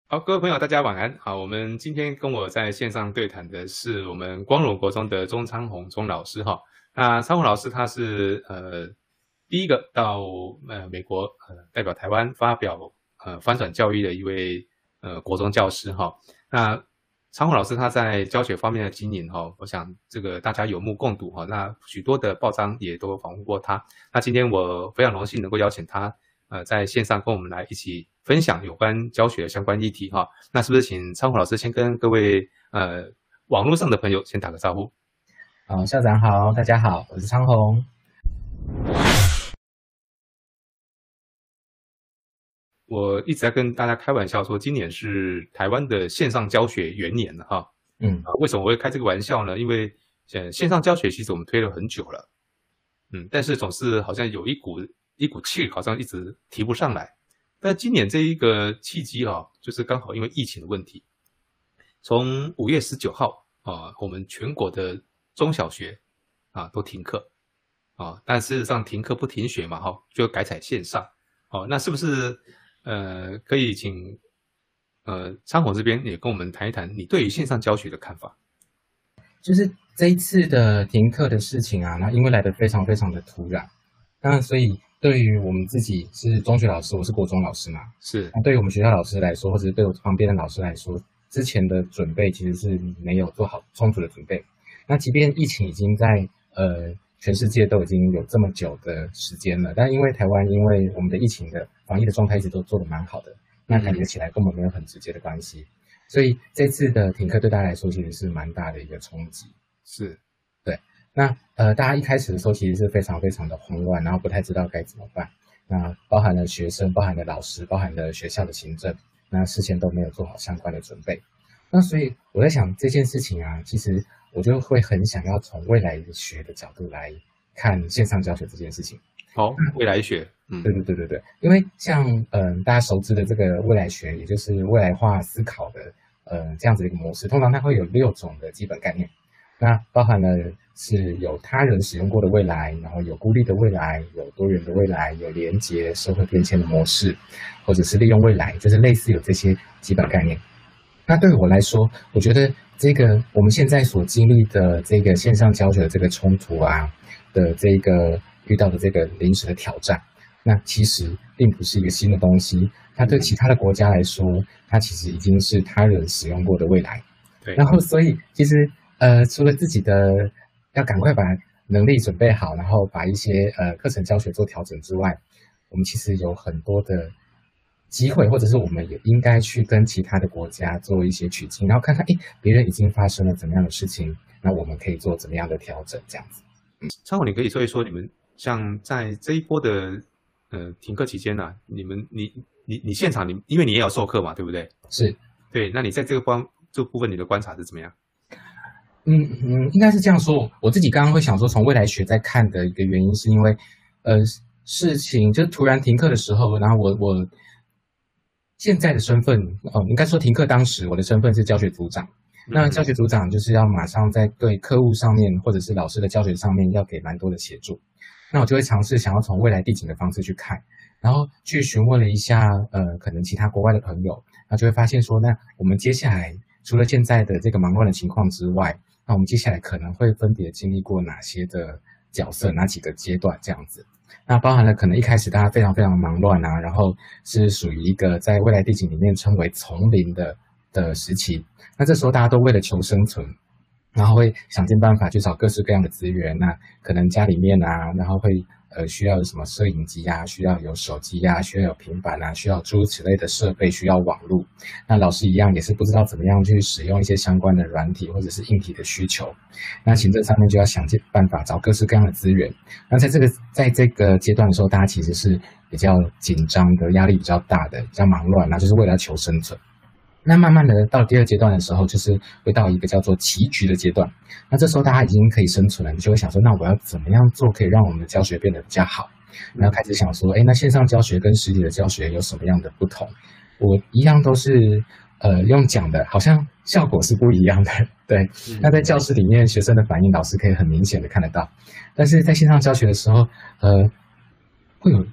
好，各位朋友，大家晚安。好，我们今天跟我在线上对谈的是我们光荣国中的钟昌宏钟老师哈。那昌宏老师他是第一个到美国代表台湾发表翻转教育的一位国中教师哈。那昌宏老师他在教学方面的经营哈，我想这个大家有目共睹哈。那许多的报章也都访问过他。那今天我非常荣幸能够邀请他在线上跟我们来一起分享有关教学的相关议题哈。那是不是请昌宏老师先跟各位网络上的朋友先打个招呼？ 校长好，大家好，我是昌宏。 我一直在跟大家开玩笑说，今年是台湾的线上教学元年了哈。为什么我会开这个玩笑呢？因为线上教学其实我们推了很久了，但是总是好像有一股气好像一直提不上来。但今年这一个契机就是刚好因为疫情的问题，从5月19号我们全国的中小学都停课但事实上停课不停学嘛就改采线上那是不是可以请昌宏这边也跟我们谈一谈你对于线上教学的看法？ 就是这一次的停课的事情那因为来得非常非常的突然，那所以对于我们自己是中学老师，我是国中老师嘛， 是那对于我们学校老师来说，或者是对我旁边的老师来说，之前的准备其实是没有做好充足的准备。那即便疫情已经在全世界都已经有这么久的时间了，但因为台湾因为我们的疫情的防疫的状态一直都做得蛮好的，那感觉起来跟我们没有很直接的关系，所以这次的停课对大家来说其实是蛮大的一个冲击。 是， 对。那大家一开始的时候其实是非常非常的慌乱，然后不太知道该怎么办。那包含了学生，包含了老师，包含了学校的行政，那事先都没有做好相关的准备。那所以我在想这件事情其实我就会很想要从未来学的角度来看线上教学这件事情。 未来学， 对，因为像大家熟知的这个未来学，也就是未来化思考的这样子的一个模式，通常它会有6种的基本概念。那包含了是有他人使用过的未来，然后有孤立的未来，有多元的未来，有连结社会变迁的模式，或者是利用未来，就是类似有这些基本概念。那对我来说，我觉得这个我们现在所经历的这个线上教学的这个冲突的这个遇到的这个临时的挑战，那其实并不是一个新的东西，它对其他的国家来说，它其实已经是他人使用过的未来。 对， 然后所以其实除了自己的要赶快把能力准备好，然后把一些课程教学做调整之外，我们其实有很多的机会，或者是我们也应该去跟其他的国家做一些取经，然后看看别人已经发生了怎么样的事情，那我们可以做怎么样的调整，这样子。 昌宏，你可以说一说你们像在这一波的停课期间你现场因为你也要授课嘛，对不对？ 是， 对。那你在这部分你的观察是怎么样？ 应该是这样说。我自己刚刚会想说从未来学在看的一个原因，是因为事情就突然停课的时候，然后我现在的身份应该说停课当时我的身份是教学组长。那教学组长就是要马上在对课务上面或者是老师的教学上面要给蛮多的协助。那我就会尝试想要从未来地景的方式去看，然后去询问了一下可能其他国外的朋友，那就会发现说，那我们接下来除了现在的这个忙乱的情况之外，那我们接下来可能会分别经历过哪些的角色，哪几个阶段这样子。那包含了可能一开始大家非常非常忙乱然后是属于一个在未来地景里面称为丛林的时期。那这时候大家都为了求生存，然后会想尽办法去找各式各样的资源。那可能家里面然后会需要有什么摄影机需要有手机需要有平板需要诸如此类的设备，需要网络。那老师一样也是不知道怎么样去使用一些相关的软体或者是硬体的需求。那行政上面就要想尽办法找各式各样的资源。那在这个阶段的时候，大家其实是比较紧张的，压力比较大的，比较忙乱，就是为了要求生存。那慢慢的到第2阶段的时候，就是会到一个叫做棋局的阶段。那这时候大家已经可以生存了，你就会想说，那我要怎么样做可以让我们的教学变得比较好？然后开始想说，那线上教学跟实体的教学有什么样的不同？我一样都是用讲的，好像效果是不一样的。对，那在教室里面学生的反应，老师可以很明显的看得到。但是在线上教学的时候，会有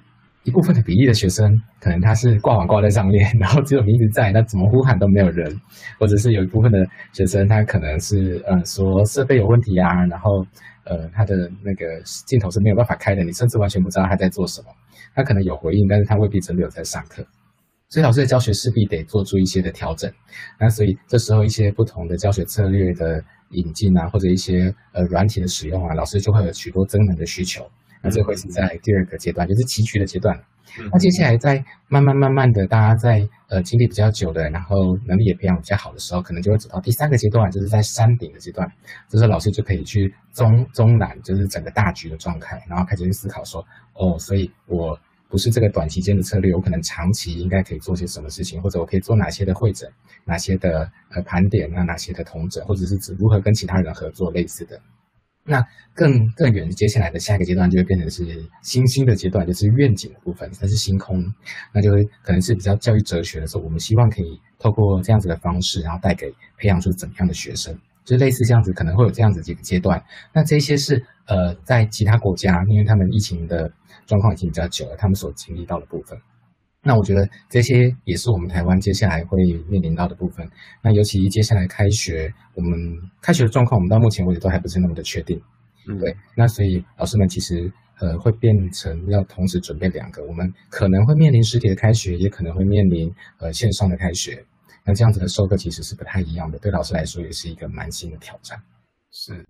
一部分的比例的学生，可能他是挂网挂在上面，然后只有名字在，那怎么呼喊都没有人，或者是有一部分的学生，他可能是说设备有问题啊，然后他的那个镜头是没有办法开的，你甚至完全不知道他在做什么。他可能有回应，但是他未必真的有在上课。所以老师的教学势必得做出一些的调整。那所以这时候一些不同的教学策略的引进啊，或者一些软体的使用啊，老师就会有许多增能的需求。那这会是在第二个阶段，就是期许的阶段。那接下来在慢慢的，大家在经历比较久的，然后能力也培养比较好的时候，可能就会走到第三个阶段，就是在山顶的阶段。这时候老师就可以去中览，就是整个大局的状态，然后开始去思考说，所以我不是这个短期间的策略，我可能长期应该可以做些什么事情，或者我可以做哪些的会诊，哪些的盘点，哪些的统整，或者是指如何跟其他人合作类似的。那更远，接下来的下一个阶段就会变成是新兴的阶段，就是愿景的部分，那是星空，那就会可能是比较教育哲学的时候，我们希望可以透过这样子的方式，然后带给培养出怎么样的学生，就类似这样子，可能会有这样子几个阶段。那这些是在其他国家，因为他们疫情的状况已经比较久了，他们所经历到的部分。那我觉得这些也是我们台湾接下来会面临到的部分。那尤其接下来开学，我们开学的状况，我们到目前为止都还不是那么的确定。对，那所以老师们其实会变成要同时准备两个，我们可能会面临实体的开学，也可能会面临线上的开学。那这样子的授课其实是不太一样的，对老师来说也是一个蛮新的挑战。 是。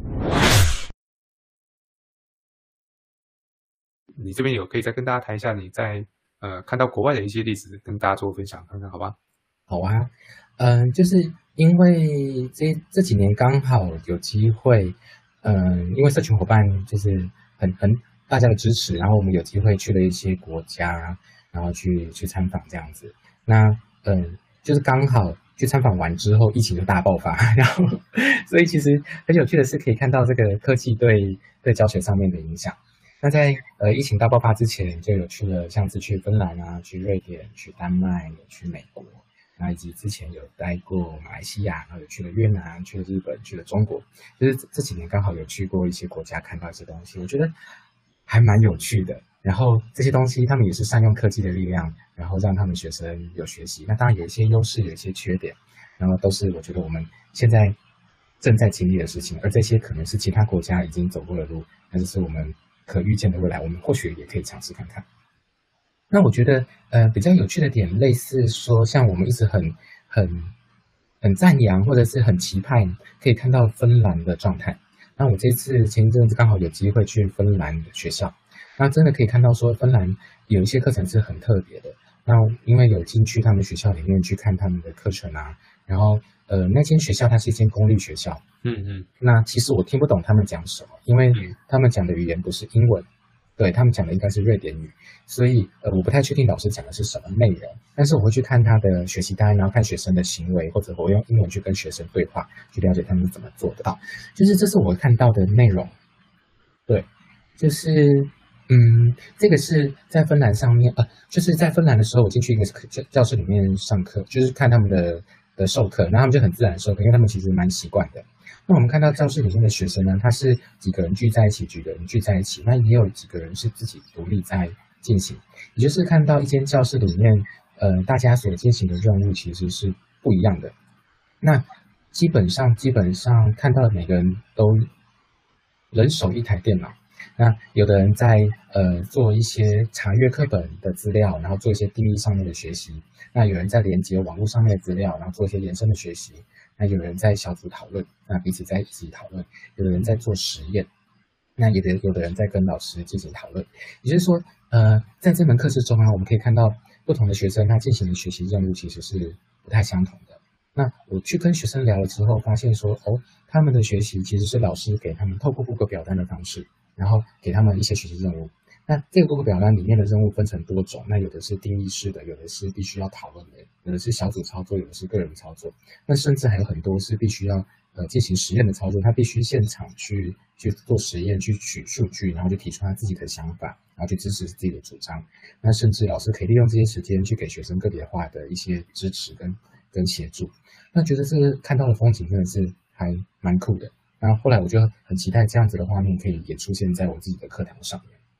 你这边可以再跟大家谈一下你在看到国外的一些例子，跟大家做分享看看，好吧？ 好啊，就是因为这几年刚好有机会，因为社群伙伴就是很大家的支持，然后我们有机会去了一些国家，然后去参访这样子。那就是刚好去参访完之后，疫情就大爆发，然后所以其实很有趣的是，可以看到这个科技对教学上面的影响。那在疫情大爆发之前，就有去了像是去芬兰啊、去瑞典、去丹麦、有去美国，那以及之前有待过马来西亚，然后有去了越南、去了日本、去了中国，就是这几年刚好有去过一些国家，看到一些东西，我觉得还蛮有趣的。然后这些东西他们也是善用科技的力量，然后让他们学生有学习。那当然有一些优势，有一些缺点，然后都是我觉得我们现在正在经历的事情，而这些可能是其他国家已经走过的路，但是我们可预见的未来，我们或许也可以尝试看看。那我觉得比较有趣的点，类似说像我们一直很赞扬或者是很期盼可以看到芬兰的状态。那我这次前一阵子刚好有机会去芬兰的学校，那真的可以看到说芬兰有一些课程是很特别的。那因为有进去他们学校里面去看他们的课程啊，然后那间学校它是一间公立学校，那其实我听不懂他们讲什么，因为他们讲的语言不是英文，对，他们讲的应该是瑞典语，所以我不太确定老师讲的是什么内容，但是我会去看他的学习单，然后看学生的行为，或者我用英文去跟学生对话，去了解他们怎么做得到，就是这是我看到的内容。对，就是这个是在芬兰上面就是在芬兰的时候，我进去一个教室里面上课，就是看他们的授课，然后他们就很自然授课，因为他们其实蛮习惯的。那我们看到教室里面的学生呢，他是几个人聚在一起，几个人聚在一起，那也有几个人是自己独立在进行，也就是看到一间教室里面，大家所进行的任务其实是不一样的。那基本上看到每个人都人手一台电脑。那有的人在做一些查阅课本的资料，然后做一些定义上面的学习。那有人在连接网络上面的资料，然后做一些延伸的学习。那有人在小组讨论，那彼此在一起讨论。有的人在做实验，那有的人在跟老师进行讨论。也就是说，在这门课程中啊，我们可以看到不同的学生他进行的学习任务其实是不太相同的。那我去跟学生聊了之后，发现说，他们的学习其实是老师给他们透过Google表单的方式。然后给他们一些学习任务，那这个Google表单里面的任务分成多种，那有的是定义式的，有的是必须要讨论的，有的是小组操作，有的是个人操作，那甚至还有很多是必须要进行实验的操作，他必须现场去做实验，去取数据，然后就提出他自己的想法，然后去支持自己的主张。那甚至老师可以利用这些时间去给学生个别化的一些支持跟协助。那觉得这个看到的风景真的是还蛮酷的。然后后来我就很期待这样子的画面可以也出现在我自己的课堂上面。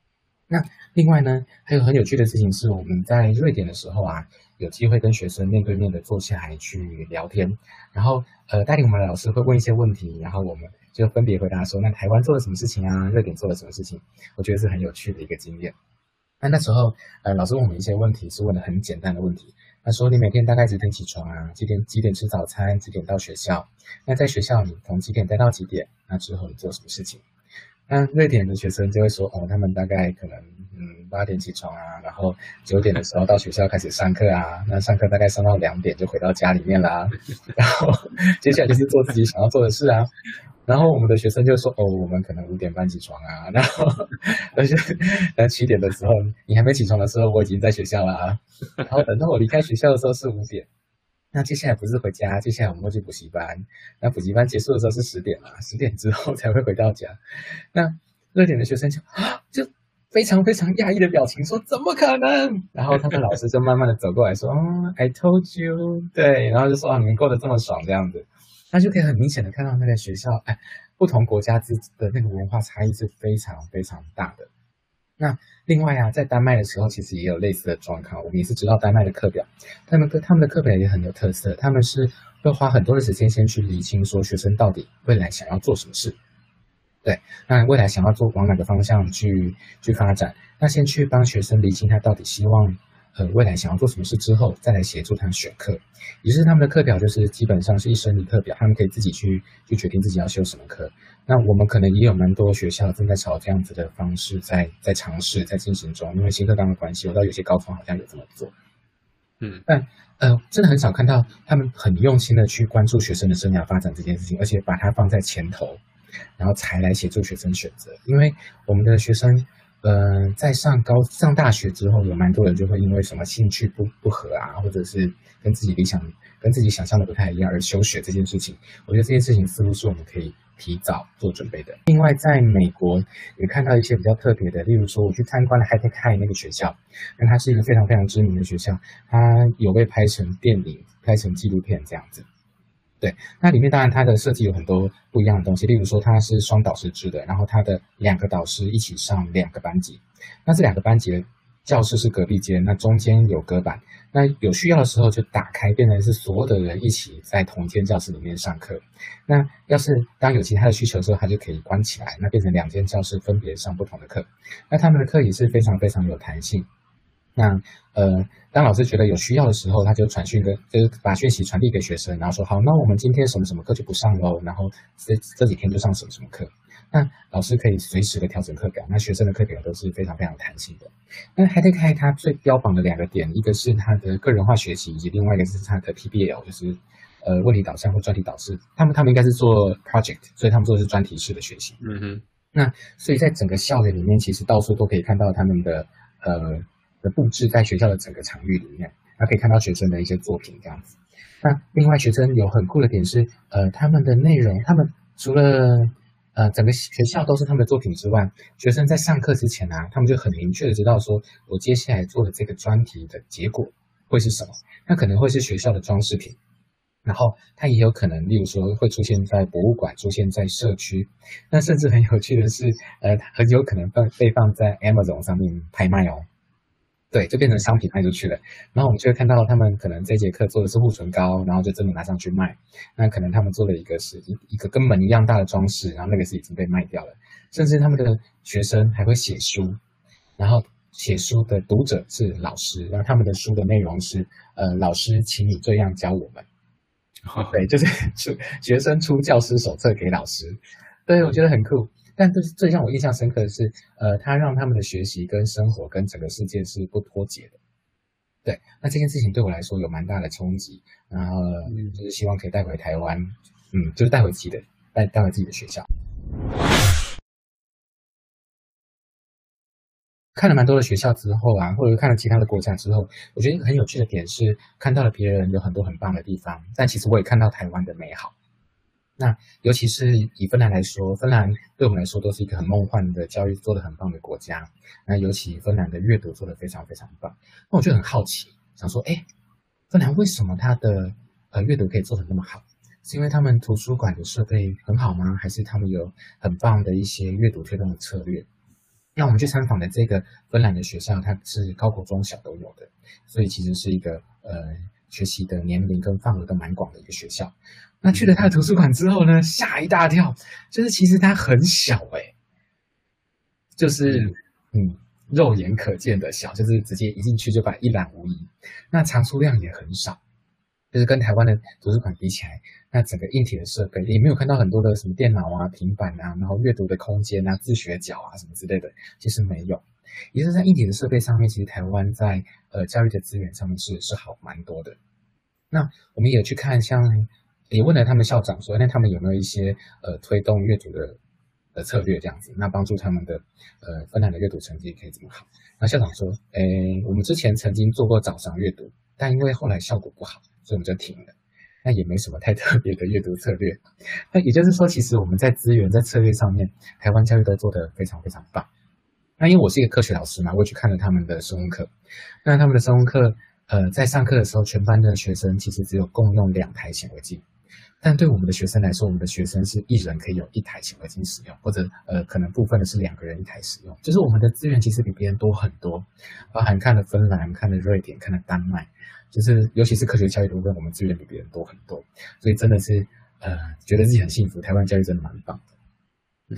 那另外呢，还有很有趣的事情是，我们在瑞典的时候啊，有机会跟学生面对面的坐下来去聊天，然后带领我们的老师会问一些问题，然后我们就分别回答说，那台湾做了什么事情啊，瑞典做了什么事情，我觉得是很有趣的一个经验。那时候老师问我们一些问题，是问的很简单的问题。他说你每天大概几点起床啊？几点吃早餐？几点到学校？那在学校你从几点待到几点？那之后你做什么事情？那瑞典的学生就会说，他们大概可能8点起床啊，然后9点的时候到学校开始上课啊，那上课大概上到2点就回到家里面啦，然后接下来就是做自己想要做的事啊。然后我们的学生就说，我们可能5点半起床啊，然后而且7点的时候，你还没起床的时候，我已经在学校了啊，然后等到我离开学校的时候是5点。那接下来不是回家，接下来我们会去补习班。那补习班结束的时候是10点啦，10点之后才会回到家。那瑞典的学生就非常非常讶异的表情说：“怎么可能？”然后他的老师就慢慢的走过来说：“I told you。”对，然后就说：“你们过得这么爽这样子。”那就可以很明显的看到那个学校，不同国家的那个文化差异是非常非常大的。那另外啊，在丹麦的时候，其实也有类似的状况。我们也是知道丹麦的课表，他们的课表也很有特色。他们是会花很多的时间先去理清说学生到底未来想要做什么事，对，那未来想要往哪个方向去发展，那先去帮学生理清他到底希望未来想要做什么事之后，再来协助他选课。也就是他们的课表就是基本上是一生一课表，他们可以自己去决定自己要修什么课。那我们可能也有蛮多学校正在朝这样子的方式在尝试在进行中，因为新课纲的关系，我知道有些高中好像有这么做。但真的很少看到他们很用心的去关注学生的生涯发展这件事情，而且把它放在前头，然后才来协助学生选择。因为我们的学生在上大学之后，有蛮多人就会因为什么兴趣不合啊，或者是跟自己想象的不太一样而休学这件事情。我觉得这件事情似乎是我们可以提早做准备的。另外，在美国也看到一些比较特别的，例如说我去参观了 High Tech High 那个学校，那它是一个非常非常知名的学校，它有被拍成电影、拍成纪录片这样子。对，那里面当然它的设计有很多不一样的东西，例如说它是双导师制的，然后它的2个导师一起上2个班级，那这2个班级的教室是隔壁间，那中间有隔板，那有需要的时候就打开，变成是所有的人一起在同一间教室里面上课。那要是当有其他的需求的时候，它就可以关起来，那变成2间教室分别上不同的课。那他们的课也是非常非常有弹性。那当老师觉得有需要的时候，他就就是把讯息传递给学生，然后说好，那我们今天什么什么课就不上喽，然后这几天就上什么什么课。那老师可以随时的调整课表，那学生的课表都是非常非常弹性的。那 High Tech High 它最标榜的2个点，一个是它的个人化学习，以及另外一个是它的 PBL， 就是问题导向或专题导式。他们应该是做 project， 所以他们做的是专题式的学习。那所以在整个校园里面，其实到处都可以看到他们的布置，在学校的整个场域里面，那可以看到学生的一些作品这样子。那另外学生有很酷的点是，他们的内容，他们除了整个学校都是他们的作品之外，学生在上课之前啊，他们就很明确的知道说，我接下来做的这个专题的结果会是什么。那可能会是学校的装饰品，然后它也有可能，例如说会出现在博物馆，出现在社区。那甚至很有趣的是，很有可能被放在 Amazon 上面拍卖哦。对，就变成商品卖出去了。然后我们就会看到他们可能这节课做的是护唇膏，然后就真的拿上去卖。那可能他们做了一个是一个跟门一样大的装饰，然后那个是已经被卖掉了。甚至他们的学生还会写书，然后写书的读者是老师，然后他们的书的内容是老师，请你这样教我们。对，就是学生出教师手册给老师。对，我觉得很酷。但最让我印象深刻的是，他让他们的学习跟生活跟整个世界是不脱节的。对，那这件事情对我来说有蛮大的冲击，然后就是希望可以带回台湾，就是带回自己的学校。看了蛮多的学校之后啊，或者看了其他的国家之后，我觉得一个很有趣的点是，看到了别人有很多很棒的地方，但其实我也看到台湾的美好。那尤其是以芬兰来说，芬兰对我们来说都是一个很梦幻的教育做得很棒的国家。那尤其芬兰的阅读做得非常非常棒。那我就很好奇，想说，芬兰为什么它的阅读可以做得那么好？是因为他们图书馆的设备很好吗？还是他们有很棒的一些阅读推动的策略？ 那我们去参访的这个芬兰的学校，它是高国中小都有的，所以其实是一个学习的年龄跟范围都蛮广的一个学校。那去了他的图书馆之后呢，吓一大跳，就是其实它很小就是肉眼可见的小，就是直接一进去就把一览无遗。那藏书量也很少，就是跟台湾的图书馆比起来，那整个硬体的设备也没有看到很多的什么电脑啊、平板啊，然后阅读的空间啊、自学角啊什么之类的，其实没有。也就是在硬体的设备上面，其实台湾在教育的资源上面是好蛮多的。那我们也去看，像也问了他们校长说，那他们有没有一些推动阅读的策略这样子，那帮助他们的芬兰的阅读成绩可以这么好。那校长说，我们之前曾经做过早上阅读，但因为后来效果不好，所以我们就停了。那也没什么太特别的阅读策略。那也就是说，其实我们在资源在策略上面，台湾教育都做得非常非常棒。那因为我是一个科学老师嘛，我也去看了他们的生物课。那他们的生物课，在上课的时候，全班的学生其实只有共用2台显微镜。但对我们的学生来说，我们的学生是一人可以有1台显微镜使用，或者可能部分的是2个人1台使用。就是我们的资源其实比别人多很多，包含看了芬兰、看了瑞典、看了丹麦，就是尤其是科学教育的部分，我们资源比别人多很多。所以真的是觉得自己很幸福，台湾教育真的蛮棒的。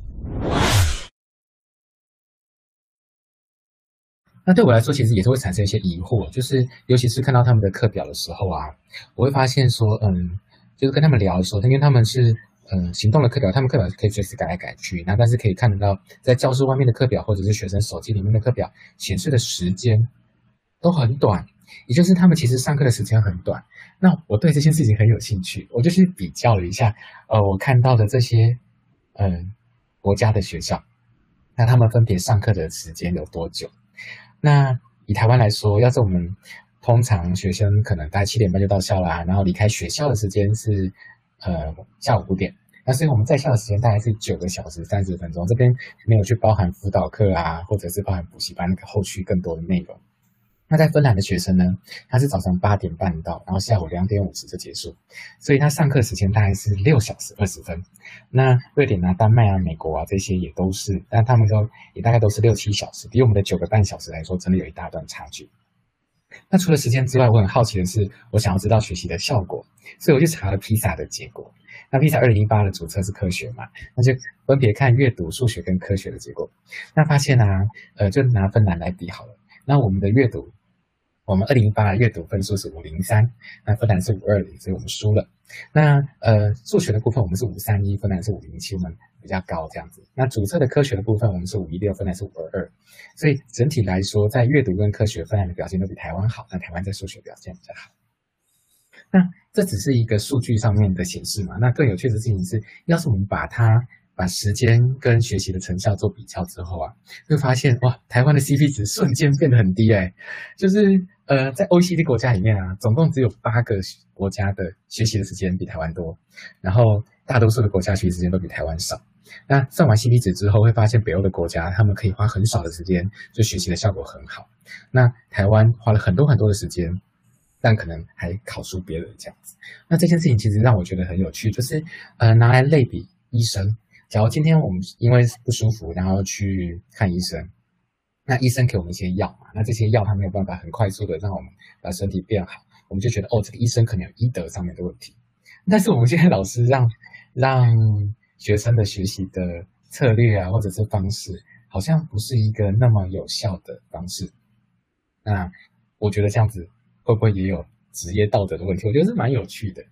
那对我来说，其实也是会产生一些疑惑，就是尤其是看到他们的课表的时候啊，我会发现说，就是跟他们聊的时候，因为他们是行动的课表，他们课表可以随时改来改去，那但是可以看得到，在教室外面的课表或者是学生手机里面的课表显示的时间都很短，也就是他们其实上课的时间很短。那我对这件事情很有兴趣，我就去比较了一下，我看到的这些国家的学校，那他们分别上课的时间有多久？那以台湾来说，要是我们通常学生可能大概7点半就到校啦，然后离开学校的时间是下午5点，那所以我们在校的时间大概是9个小时30分钟，这边没有去包含辅导课啊，或者是包含补习班那个后续更多的内容。那在芬兰的学生呢，他是早上8点半到，然后下午2点50就结束，所以他上课时间大概是6小时20分。那瑞典啊、丹麦啊、美国啊这些也都是，但他们也大概都是6、7小时，比我们的9个半小时来说，真的有一大段差距。那除了时间之外，我很好奇的是，我想要知道学习的效果，所以我去查了披萨的结果。那披萨2018的主测是科学嘛，那就分别看阅读、数学跟科学的结果。那发现啊，就拿芬兰来比好了。那我们的阅读，我们2018的阅读分数是503，那芬兰是520，所以我们输了。那数学的部分我们是531，芬兰是507，我们比较高这样子。那主测的科学的部分我们是516，芬兰是522，所以整体来说，在阅读跟科学，芬兰的表现都比台湾好，那台湾在数学表现比较好。那这只是一个数据上面的显示嘛，那更有趣的事情是，要是我们把时间跟学习的成效做比较之后啊，会发现哇，台湾的 CP 值瞬间变得很低就是在 OECD 国家里面啊，总共只有8个国家的学习的时间比台湾多，然后大多数的国家学习时间都比台湾少。那算完 CP 值之后，会发现北欧的国家他们可以花很少的时间就学习的效果很好，那台湾花了很多很多的时间，但可能还考输别人这样子。那这件事情其实让我觉得很有趣，就是拿来类比医生。假如今天我们因为不舒服，然后去看医生，那医生给我们一些药嘛，那这些药他没有办法很快速的让我们把身体变好，我们就觉得这个医生可能有医德上面的问题。但是我们现在老师让学生的学习的策略啊，或者是方式，好像不是一个那么有效的方式。那我觉得这样子会不会也有职业道德的问题？我觉得是蛮有趣的。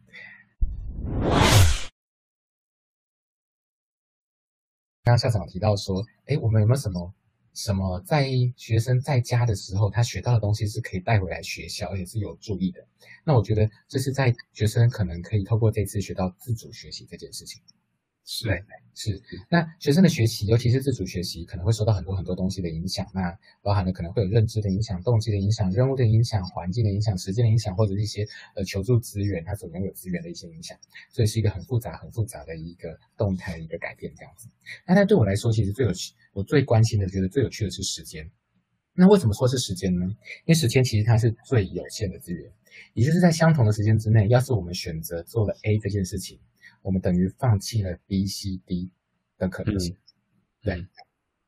刚刚校长提到说，我们有没有什么在学生在家的时候，他学到的东西是可以带回来学校，而且是有注意的？那我觉得这是在学生可能可以透过这次学到自主学习这件事情。是。那学生的学习，尤其是自主学习，可能会受到很多很多东西的影响。那包含了可能会有认知的影响、动机的影响、任务的影响、环境的影响、时间的影响，或者是一些求助资源，它所拥有资源的一些影响。所以是一个很复杂的一个动态的一个改变这样子。那对我来说，其实我最关心的，觉得最有趣的是时间。那为什么说是时间呢？因为时间其实它是最有限的资源，也就是在相同的时间之内，要是我们选择做了 A 这件事情，我们等于放弃了 B、C、D 的可能性。对。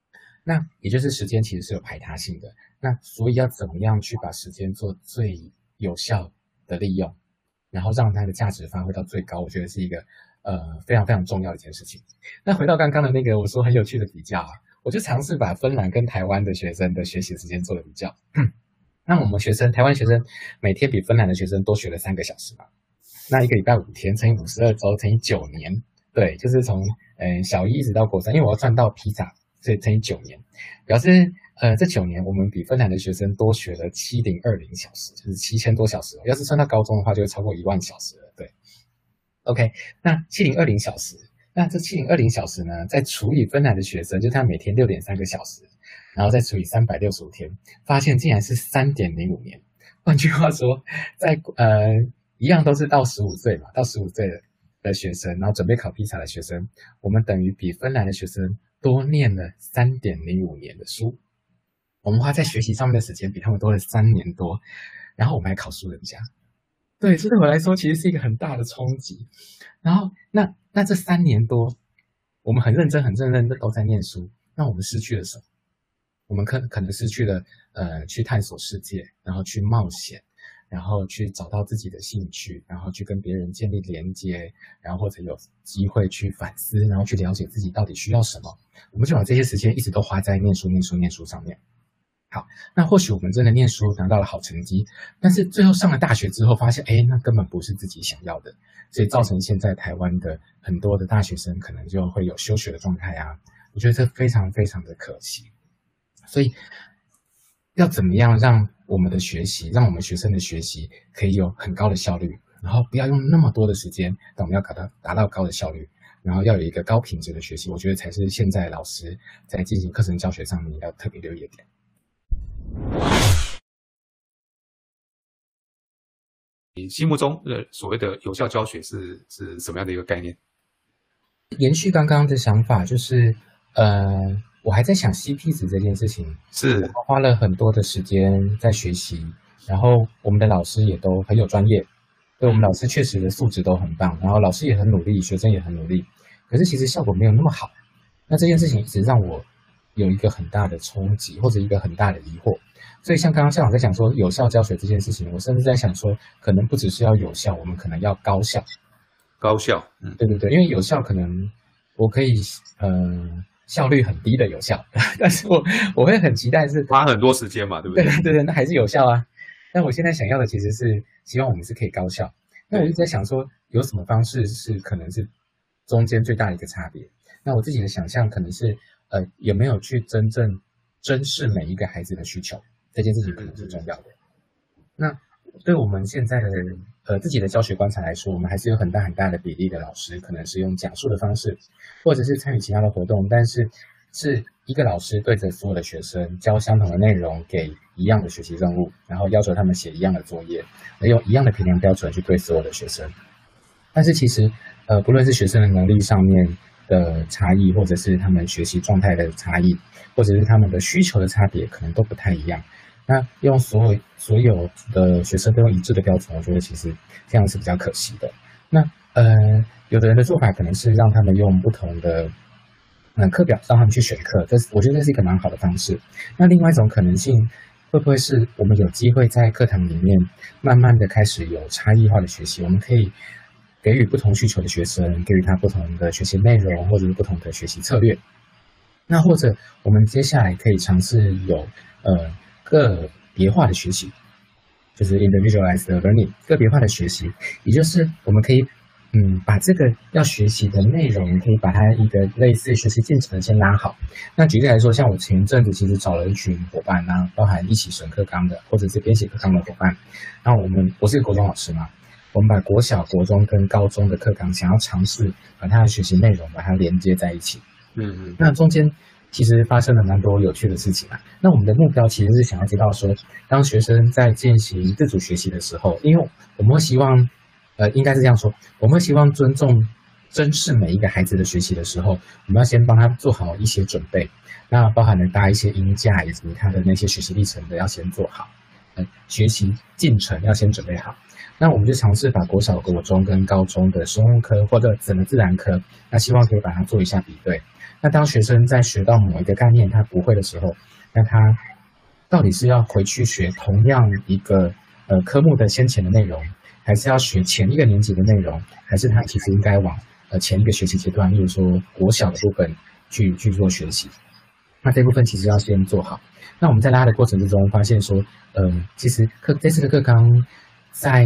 那也就是时间其实是有排他性的，那所以要怎么样去把时间做最有效的利用，然后让它的价值发挥到最高，我觉得是一个非常非常重要的一件事情。那回到刚刚的那个我说很有趣的比较啊，我就尝试把芬兰跟台湾的学生的学习时间做了比较。那我们台湾学生每天比芬兰的学生多学了3个小时嘛，那一个礼拜5天乘以52周乘以9年，对，就是从小一一直到国3，因为我要赚到披萨，所以乘以9年，表示这9年我们比芬兰的学生多学了7020小时，就是7000多小时。要是算到高中的话，就会超过10000小时了。对 ，OK， 那7020小时，那这7020小时呢，再除以芬兰的学生，就是他每天6.3个小时，然后再除以365天，发现竟然是3.05年。换句话说，在一样都是到15岁嘛，到15岁的学生，然后准备考披萨的学生，我们等于比芬兰的学生多念了3.05年的书。我们花在学习上面的时间比他们多了3年多，然后我们还考输人家。对，这对我来说其实是一个很大的冲击。然后那这3年多，我们很认真的都在念书，那我们失去了什么？我们可能失去了去探索世界，然后去冒险，然后去找到自己的兴趣，然后去跟别人建立连接，然后或者有机会去反思，然后去了解自己到底需要什么。我们就把这些时间一直都花在念书上面。好，那或许我们真的念书拿到了好成绩，但是最后上了大学之后发现，那根本不是自己想要的，所以造成现在台湾的很多的大学生可能就会有休学的状态啊。我觉得这非常非常的可惜。所以要怎么样让我们的学习，让我们学生的学习可以有很高的效率，然后不要用那么多的时间，但我们要达到高的效率，然后要有一个高品质的学习，我觉得才是现在老师在进行课程教学上面要特别留意的点。 你心目中所谓的有效教学是什么样的一个概念？ 延续刚刚的想法，就是我还在想 CP 值这件事情， 是我花了很多的时间在学习，然后我们的老师也都很有专业，对，我们老师确实的素质都很棒，然后老师也很努力，学生也很努力，可是其实效果没有那么好。那这件事情一直让我有一个很大的冲击，或者一个很大的疑惑。所以像刚刚校长在讲说有效教学这件事情，我甚至在想说，可能不只是要有效，我们可能要高效。 高效， 对对对，因为有效可能我可以效率很低的有效，但是我会很期待是花很多时间嘛，对不对？ 对，那还是有效啊。但我现在想要的其实是希望我们是可以高效。那我一直在想说，有什么方式是可能是中间最大的一个差别？那我自己的想象可能是有没有去真正珍视每一个孩子的需求，这件事情可能是重要的。那对我们现在的自己的教学观察来说，我们还是有很大的比例的老师可能是用讲述的方式，或者是参与其他的活动，但是是一个老师对着所有的学生教相同的内容，给一样的学习任务，然后要求他们写一样的作业，用一样的评量标准去对所有的学生。但是其实不论是学生的能力上面的差异，或者是他们学习状态的差异，或者是他们的需求的差别，可能都不太一样。那用所有的学生都用一致的标准，我觉得其实这样是比较可惜的。那有的人的做法可能是让他们用不同的课表让他们去选课，我觉得这是一个蛮好的方式。那另外一种可能性会不会是我们有机会在课堂里面慢慢的开始有差异化的学习，我们可以给予不同需求的学生，给予他不同的学习内容，或者是不同的学习策略。那或者我们接下来可以尝试有个别化的学习，就是 individualized learning， 个别化的学习，也就是我们可以把这个要学习的内容，可以把它一个类似学习进程先拉好。那举例来说，像我前一阵子其实找了一群伙伴，那包含一起审课纲的，或者是编写课纲的伙伴。然后我是国中老师嘛，我们把国小、国中跟高中的课纲，想要尝试把它的学习内容把它连接在一起。那中间其实发生了蛮多有趣的事情啊。那我们的目标其实是想要知道说，当学生在进行自主学习的时候，因为我们会希望应该是这样说，我们会希望珍视每一个孩子的学习的时候，我们要先帮他做好一些准备，那包含了搭一些音架，以及他的那些学习历程的要先做好，学习进程要先准备好。那我们就尝试把国小、国中跟高中的生物科或者整个自然科，那希望可以把它做一下比对。 那当学生在学到某一个概念他不会的时候，那他到底是要回去学同样一个科目的先前的内容，还是要学前一个年级的内容，还是他其实应该往前一个学习阶段，例如说国小的部分去做学习？那这部分其实要先做好。那我们在拉的过程之中发现说，其实这次的课纲在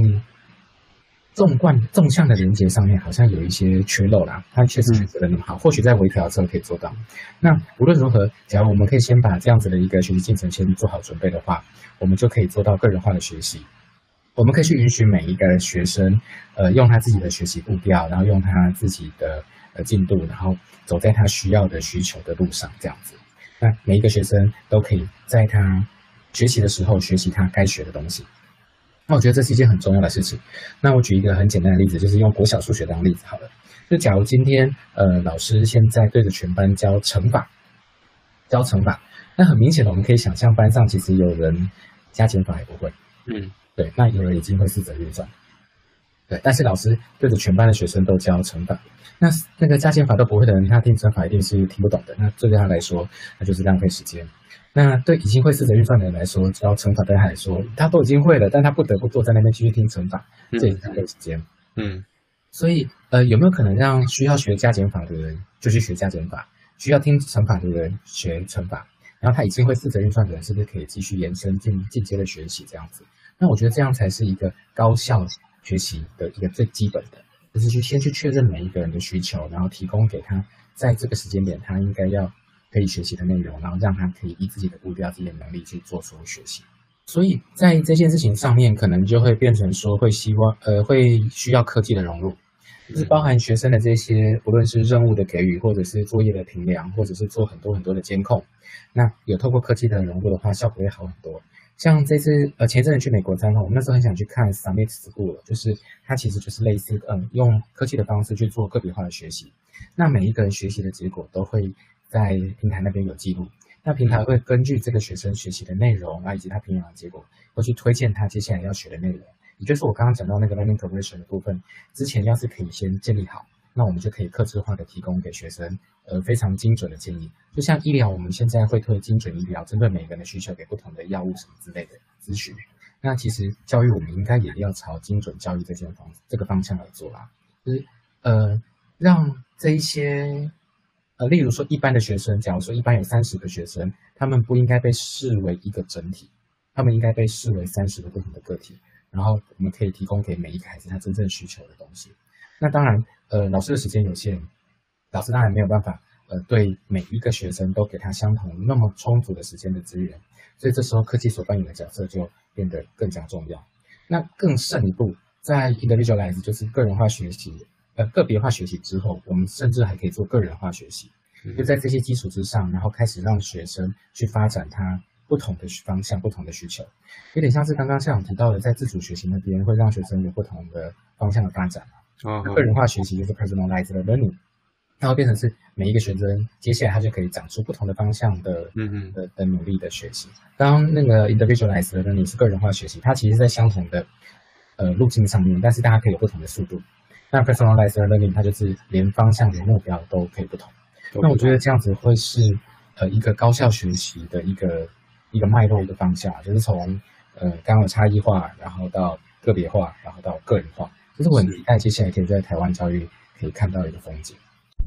纵向的连接上面好像有一些缺漏啦，它确实选择的那么好，或许在微调之后可以做到。那无论如何，假如我们可以先把这样子的一个学习进程先做好准备的话，我们就可以做到个人化的学习。我们可以去允许每一个学生，用他自己的学习步调，然后用他自己的进度，然后走在他需要的需求的路上，这样子。那每一个学生都可以在他学习的时候学习他该学的东西。那我觉得这是一件很重要的事情。那我举一个很简单的例子，就是用国小数学当例子好了。就假如今天老师现在对着全班教乘法，那很明显的我们可以想象班上其实有人加减法也不会，对，那有人已经会四则运算，对，但是老师对着全班的学生都教乘法，那个加减法都不会的人，他听乘法一定是听不懂的，那对他来说，那就是浪费时间。那对已经会四则运算的人来说，教乘法对他来说，他都已经会了，但他不得不坐在那边继续听乘法，这也是浪费时间。所以有没有可能让需要学加减法的人就去学加减法，需要听乘法的人学乘法，然后他已经会四则运算的人，是不是可以继续延伸进阶的学习这样子？那我觉得这样才是一个高效学习的一个最基本的，就是先去确认每一个人的需求，然后提供给他在这个时间点他应该要可以学习的内容，然后让他可以依自己的步调、自己的能力去做出学习。所以在这件事情上面，可能就会变成说会需要科技的融入，就是包含学生的这些，不论是任务的给予，或者是作业的评量，或者是做很多很多的监控，那有透过科技的融入的话，效果会好很多。像这次前阵子去美国参访，我们那时候很想去看 Summit School， 就是它其实就是类似用科技的方式去做个别化的学习。那每一个人学习的结果都会在平台那边有记录，那平台会根据这个学生学习的内容以及他评量的结果，会去推荐他接下来要学的内容。也就是我刚刚讲到那个 learning progression 的部分，之前要是可以先建立好，那我们就可以客制化的提供给学生非常精准的建议。就像医疗，我们现在会推精准医疗，针对每个人的需求给不同的药物什么之类的咨询。那其实教育我们应该也要朝精准教育这个方向来做啦，就是让这一些例如说一般的学生，假如说一般有30个学生，他们不应该被视为一个整体，他们应该被视为30个不同的个体，然后我们可以提供给每一个孩子他真正需求的东西。那当然老师的时间有限，老师当然没有办法对每一个学生都给他相同那么充足的时间的资源，所以这时候科技所扮演的角色就变得更加重要。那更胜一步，在 individualize 就是个人化学习个别化学习之后，我们甚至还可以做个人化学习，就在这些基础之上，然后开始让学生去发展他不同的方向、不同的需求，有点像是刚刚校长提到的，在自主学习那边会让学生有不同的方向的发展。个人化学习就是 personalized learning， 然后变成是每一个学生接下来他就可以长出不同的方向的努力的学习。刚刚那个 individualized learning 是个人化学习，它其实在相同的路径上面，但是大家可以有不同的速度。那 personalized learning 它就是连方向连目标都可以不同。那我觉得这样子会是一个高效学习的一个脉络的方向，就是从刚刚的差异化，然后到个别化，然后到个人化，这是我很期待接下来可以在台湾教育可以看到一个风景。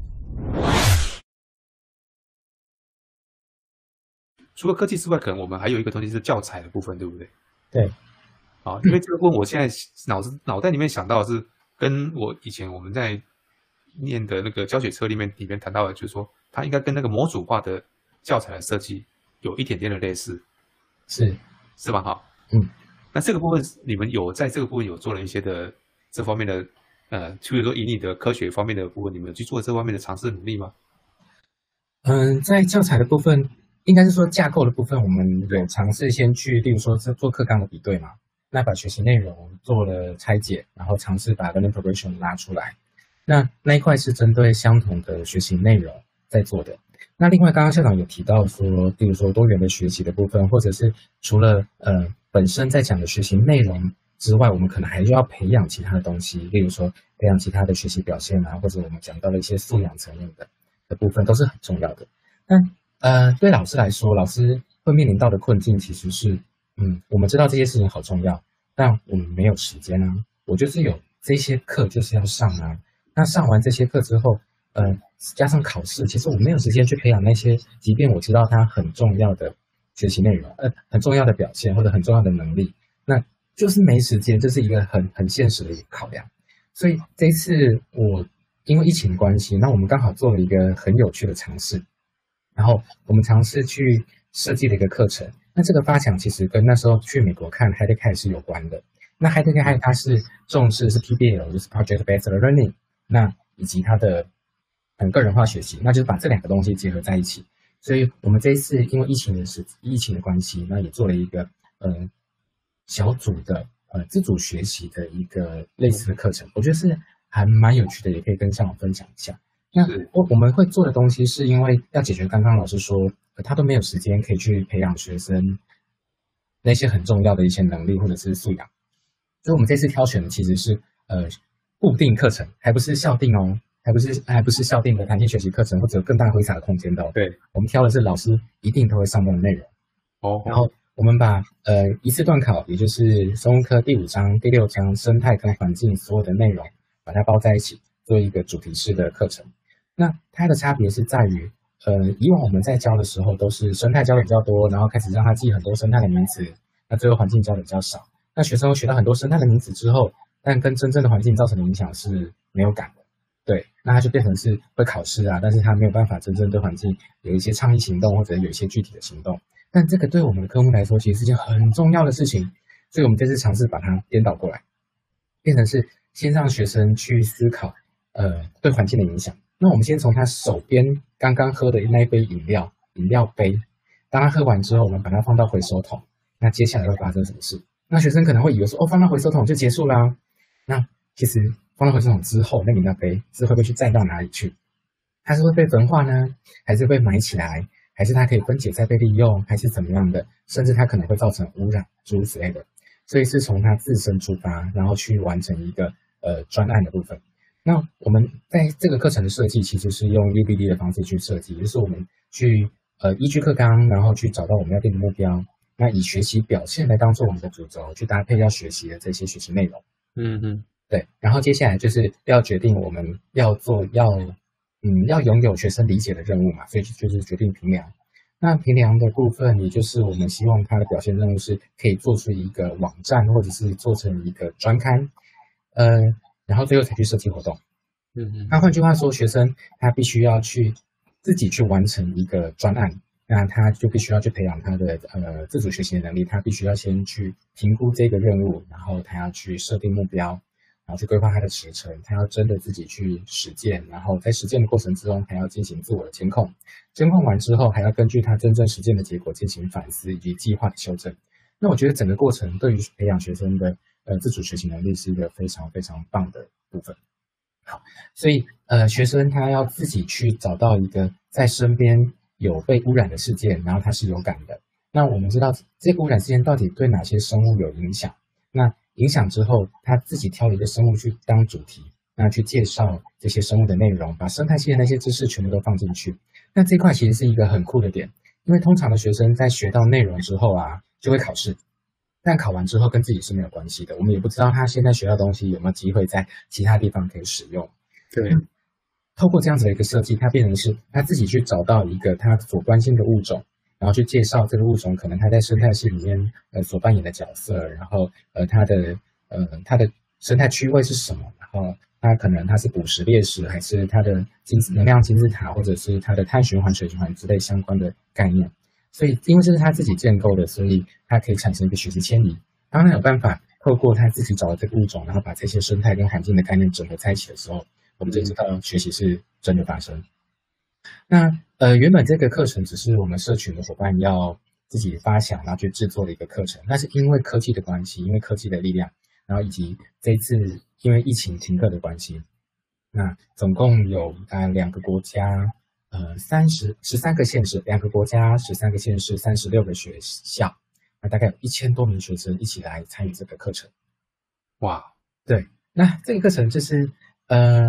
除了科技之外，可能我们还有一个东西是教材的部分，对不对？ 对。 好，因为这个部分我现在脑袋里面想到的是跟我以前我们在念的那个教学册里面谈到的，就是说它应该跟那个模组化的教材的设计有一点点的类似，是吧？好，那这个部分你们有在这个部分有做了一些的这方面的譬如说以你的科学方面的部分，你们有去做这方面的尝试努力吗？ 在教材的部分，应该是说架构的部分，我们有尝试先去，例如说做课纲的比对嘛，那把学习内容做了拆解，然后尝试把 learning progression 拉出来。那一块是针对相同的学习内容在做的。那另外刚刚校长有提到说，比如说多元的学习的部分，或者是除了本身在讲的学习内容之外，我们可能还要培养其他的东西，例如说培养其他的学习表现啊，或者我们讲到了一些素养层面的。 的部分都是很重要的。但对老师来说，老师会面临到的困境其实是，我们知道这些事情好重要，但我们没有时间啊。我就是有这些课就是要上啊，那上完这些课之后，加上考试，其实我没有时间去培养那些，即便我知道它很重要的学习内容，很重要的表现或者很重要的能力，那就是没时间，这是一个很现实的一个考量。所以这一次我因为疫情的关系，那我们刚好做了一个很有趣的尝试，然后我们尝试去设计了一个课程。那这个发想其实跟那时候去美国看 Heidegger 是有关的。那 Heidegger 它是重视是 PBL， 就是 Project Based Learning， 那以及它的个人化学习，那就是把这两个东西结合在一起。所以我们这一次因为疫情的关系，那也做了一个小组的自主学习的一个类似的课程，我觉得是还蛮有趣的，也可以跟校长分享一下。那我们会做的东西是因为要解决刚刚老师说他都没有时间可以去培养学生那些很重要的一些能力或者是素养，所以我们这次挑选的其实是固定课程，还不是校定哦，还不是校定的弹性学习课程或者有更大挥洒的空间的哦。 对， 我们挑的是老师一定都会上到的内容。然后我们把一次段考，也就是生物课第5章、第6章生态跟环境所有的内容，把它包在一起，做一个主题式的课程。那它的差别是在于，以往我们在教的时候都是生态教的比较多，然后开始让他记很多生态的名词，那最后环境教的比较少。那学生会学到很多生态的名词之后，但跟真正的环境造成的影响是没有感的。对，那他就变成是会考试啊，但是他没有办法真正对环境有一些倡议行动或者有一些具体的行动。但这个对我们的科目来说，其实是件很重要的事情，所以我们这次尝试把它颠倒过来，变成是先让学生去思考，对环境的影响。那我们先从他手边刚刚喝的那一杯饮料杯，当他喝完之后，我们把它放到回收桶，那接下来会发生什么事？那学生可能会以为说，放到回收桶就结束啦。那其实放到回收桶之后，那饮料杯是会不会去载到哪里去？它是会被焚化呢，还是被埋起来？还是它可以分解再被利用，还是怎么样的？甚至它可能会造成污染，诸如此类的。所以是从它自身出发，然后去完成一个专案的部分。那我们在这个课程的设计，其实是用 UBD 的方式去设计，就是我们去依据课纲，然后去找到我们要定的目标，那以学习表现来当做我们的主轴，去搭配要学习的这些学习内容。对。然后接下来就是要决定我们要拥有学生理解的任务嘛，所以就是决定评量。那评量的部分，也就是我们希望它的表现任务是可以做出一个网站，或者是做成一个专刊，然后最后才去设计活动。那换句话说，学生他必须要去自己去完成一个专案，那他就必须要去培养他的自主学习的能力，他必须要先去评估这个任务，然后他要去设定目标。然后去规划他的时程，他要真的自己去实践，然后在实践的过程之中，还要进行自我的监控。监控完之后，还要根据他真正实践的结果进行反思以及计划的修正。那我觉得整个过程对于培养学生的自主学习能力是一个非常非常棒的部分。好，所以学生他要自己去找到一个在身边有被污染的事件，然后他是有感的。那我们知道这个污染事件到底对哪些生物有影响？那影响之后，他自己挑了一个生物去当主题，那去介绍这些生物的内容，把生态系的那些知识全部都放进去。那这块其实是一个很酷的点，因为通常的学生在学到内容之后啊，就会考试，但考完之后跟自己是没有关系的，我们也不知道他现在学到东西有没有机会在其他地方可以使用。 对， 透过这样子的一个设计，它变成是他自己去找到一个他所关心的物种。然后去介绍这个物种可能它在生态系里面所扮演的角色，然后它的生态区位是什么，然后它是捕食猎食，还是它的能量金字塔，或者是它的碳循环、水循环之类相关的概念。所以因为这是他自己建构的，所以它可以产生一个学习迁移。当他有办法透过他自己找的这个物种，然后把这些生态跟环境的概念整合在一起的时候，我们就知道学习是真的发生。那原本这个课程只是我们社群的伙伴要自己发想，然后去制作的一个课程。但是因为科技的关系，因为科技的力量，然后以及这一次因为疫情停课的关系，那总共有2个国家13个县市，2个国家13个县市36个学校，那大概有1000多名学生一起来参与这个课程。 哇， 对，那这个课程就是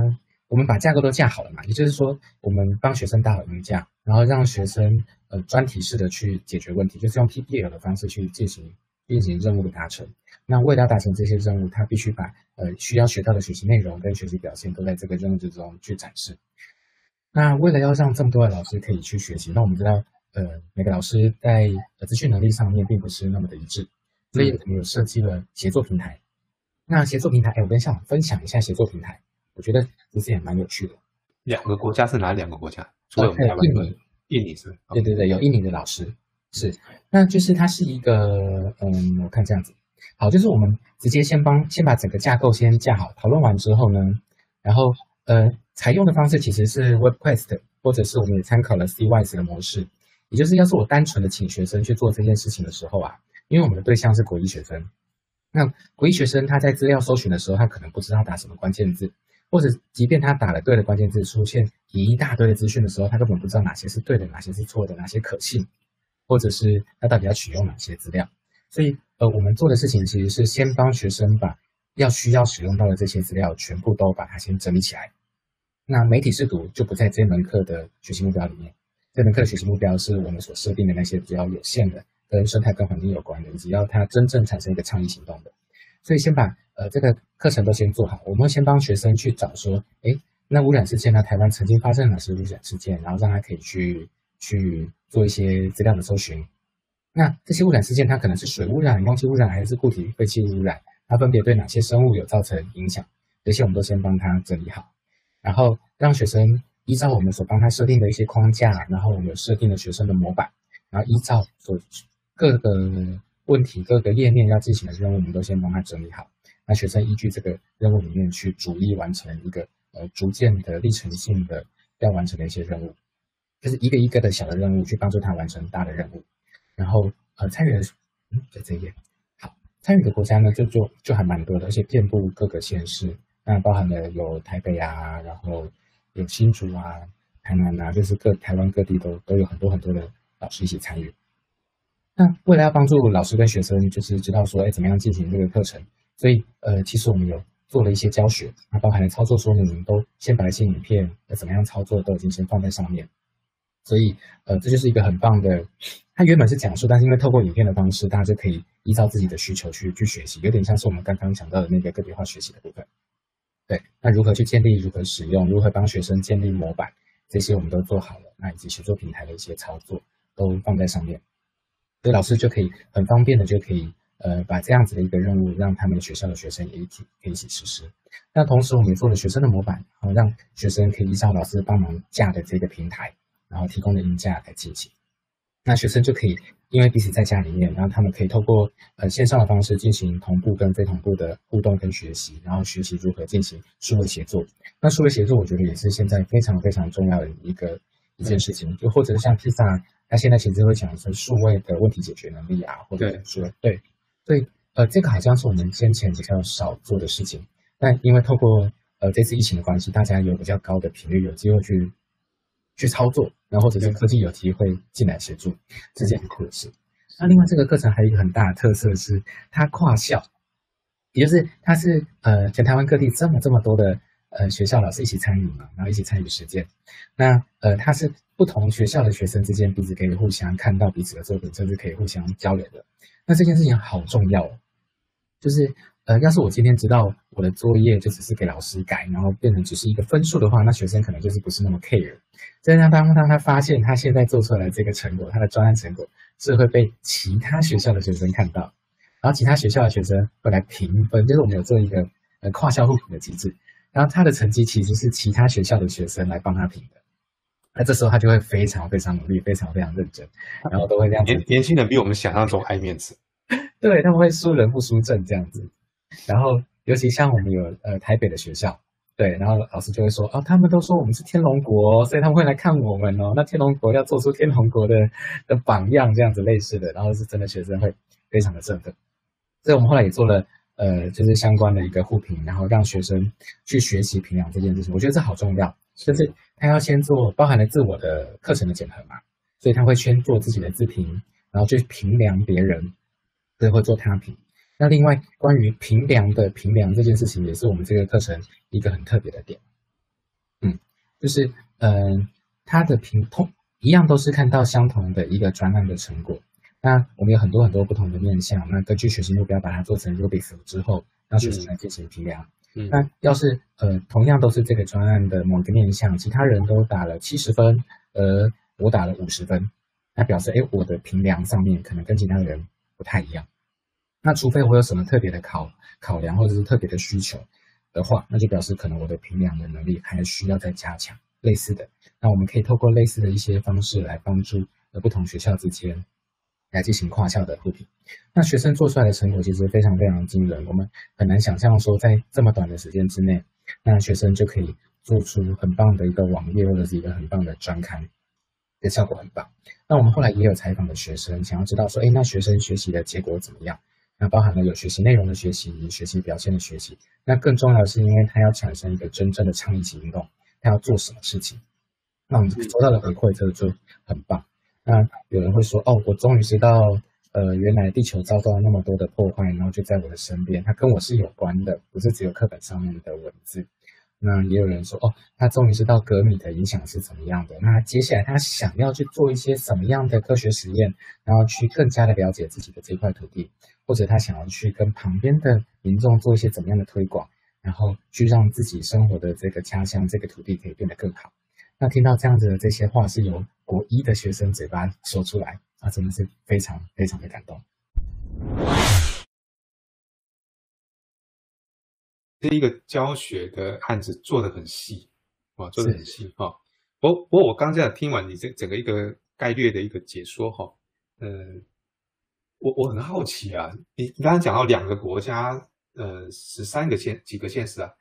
我们把架构都架好了嘛，也就是说，我们帮学生搭好云架，然后让学生专题式的去解决问题，就是用 PBL 的方式去进行任务的达成。那为了要达成这些任务，他必须把需要学到的学习内容跟学习表现都在这个任务之中去展示。那为了要让这么多的老师可以去学习，那我们知道每个老师在资讯能力上面并不是那么的一致，所以我们有设计了协作平台。那协作平台，我跟校长分享一下协作平台，我觉得其实也蛮有趣的。 2个国家是哪2个国家？除了我们台湾，印尼是？ 对，有印尼的老师是。那就是它是一个我看这样子，好，就是我们直接先把整个架构先架好，讨论完之后呢，然后采用的方式其实是 WebQuest， 或者是我们也参考了 CWISE 的模式，也就是要是我单纯的请学生去做这件事情的时候啊，因为我们的对象是国一学生。那国一学生他在资料搜寻的时候，他可能不知道打什么关键字，或者即便他打了对的关键字，出现一大堆的资讯的时候，他根本不知道哪些是对的，哪些是错的，哪些可信，或者是他到底要取用哪些资料。所以我们做的事情其实是先帮学生把需要使用到的这些资料全部都把它先整理起来。那媒体识读就不在这门课的学习目标里面，这门课的学习目标是我们所设定的那些比较有限的，跟生态跟环境有关的，以及要它真正产生一个倡议行动的。所以先把这个课程都先做好，我们会先帮学生去找说，那污染事件呢，台湾曾经发生哪些污染事件，然后让他可以去做一些资料的搜寻。那这些污染事件它可能是水污染、空气污染还是固体废弃污染，它分别对哪些生物有造成影响，这些我们都先帮他整理好，然后让学生依照我们所帮他设定的一些框架，然后我们有设定了学生的模板，然后依照各个问题、各个页面要进行的任务，我们都先帮他整理好。那学生依据这个任务里面去逐一完成一个逐渐的历程性的要完成的一些任务，就是一个一个的小的任务去帮助他完成大的任务。然后参与的在这一页，好，参与的国家呢就还蛮多的，而且遍布各个县市，那包含了有台北啊，然后有新竹啊、台南啊，就是台湾各地都有很多很多的老师一起参与。那为了要帮助老师跟学生就是知道说怎么样进行这个课程，所以其实我们有做了一些教学，那包含了操作说明，都先把一些影片怎么样操作都已经先放在上面。所以这就是一个很棒的，它原本是讲述，但是因为透过影片的方式，大家就可以依照自己的需求去学习，有点像是我们刚刚讲到的那个个别化学习的部分。对，那如何去建立、如何使用、如何帮学生建立模板，这些我们都做好了，那以及协作平台的一些操作都放在上面，所以老师就可以很方便的就可以把这样子的一个任务让他们学校的学生也可以一起实施。那同时我们也做了学生的模板，让学生可以依照老师帮忙架的这个平台，然后提供的音架来进行。那学生就可以因为彼此在家里面，然后他们可以透过线上的方式进行同步跟非同步的互动跟学习，然后学习如何进行数位协作。那数位协作我觉得也是现在非常非常重要的一件事情，就或者是像披萨，它现在其实会讲是数位的问题解决能力啊，或者说对，所以这个好像是我们先前比较少做的事情，但因为透过这次疫情的关系，大家有比较高的频率，有机会去操作，然后或者是科技有机会进来协助，这件很酷的事。那另外这个课程还有一个很大的特色是它跨校，也就是它是全台湾各地这么多的学校老师一起参与嘛，然后一起参与实践。那它是不同学校的学生之间彼此可以互相看到彼此的作品，甚至可以互相交流的。那这件事情好重要哦，就是要是我今天知道我的作业就只是给老师改，然后变成只是一个分数的话，那学生可能就是不是那么 care。但是当他发现他现在做出来的这个成果，他的专案成果是会被其他学校的学生看到，然后其他学校的学生会来评分，就是我们有做一个跨校互评的机制，然后他的成绩其实是其他学校的学生来帮他评的。那这时候他就会非常非常努力，非常非常认真，然后都会这样子。 年轻人比我们想象中爱面子， 对，他们会输人不输阵这样子。然后尤其像我们有台北的学校，对，然后老师就会说他们都说我们是天龙国，所以他们会来看我们哦。那天龙国要做出天龙国的榜样，这样子类似的，然后是真的学生会非常的振奋。所以我们后来也做了就是相关的一个互评，然后让学生去学习评量这件事情，我觉得这好重要。就是他要先做包含了自我的课程的检核嘛，所以他会先做自己的自评，然后去评量别人，所以会做他评。那另外关于评量这件事情，也是我们这个课程一个很特别的点。 就是它的一样都是看到相同的一个专案的成果。那我们有很多很多不同的面向，那根据学习目标把它做成 Rubik 之后，让学生来进行评量。那要是同样都是这个专案的某个面向，其他人都打了70分，我打了50分，那表示我的评量上面可能跟其他人不太一样。那除非我有什么特别的考量或者是特别的需求的话，那就表示可能我的评量的能力还需要再加强。类似的，那我们可以透过类似的一些方式来帮助不同学校之间来进行跨校的互评。那学生做出来的成果其实非常非常惊人，我们很难想象说在这么短的时间之内，那学生就可以做出很棒的一个网页或者是一个很棒的专刊，这效果很棒。那我们后来也有采访的学生，想要知道说，那学生学习的结果怎么样？那包含了有学习内容的学习，学习表现的学习。那更重要的是，因为他要产生一个真正的倡议行动，他要做什么事情？那我们收到的回馈，这个就很棒。那有人会说，我终于知道，原来地球遭到了那么多的破坏，然后就在我的身边，它跟我是有关的，不是只有课本上面的文字。那也有人说，他终于知道镉米的影响是怎么样的。那接下来他想要去做一些什么样的科学实验，然后去更加的了解自己的这块土地，或者他想要去跟旁边的民众做一些怎么样的推广，然后去让自己生活的这个家乡、这个土地可以变得更好。那听到这样子的这些话是由国一的学生嘴巴说出来，真的是非常非常的感动。 这一个教学的案子做得很细，做得很细哈。不过我刚这样听完你这整个一个概略的一个解说哈，我很好奇啊，你刚刚讲到2个国家，13个几个县市啊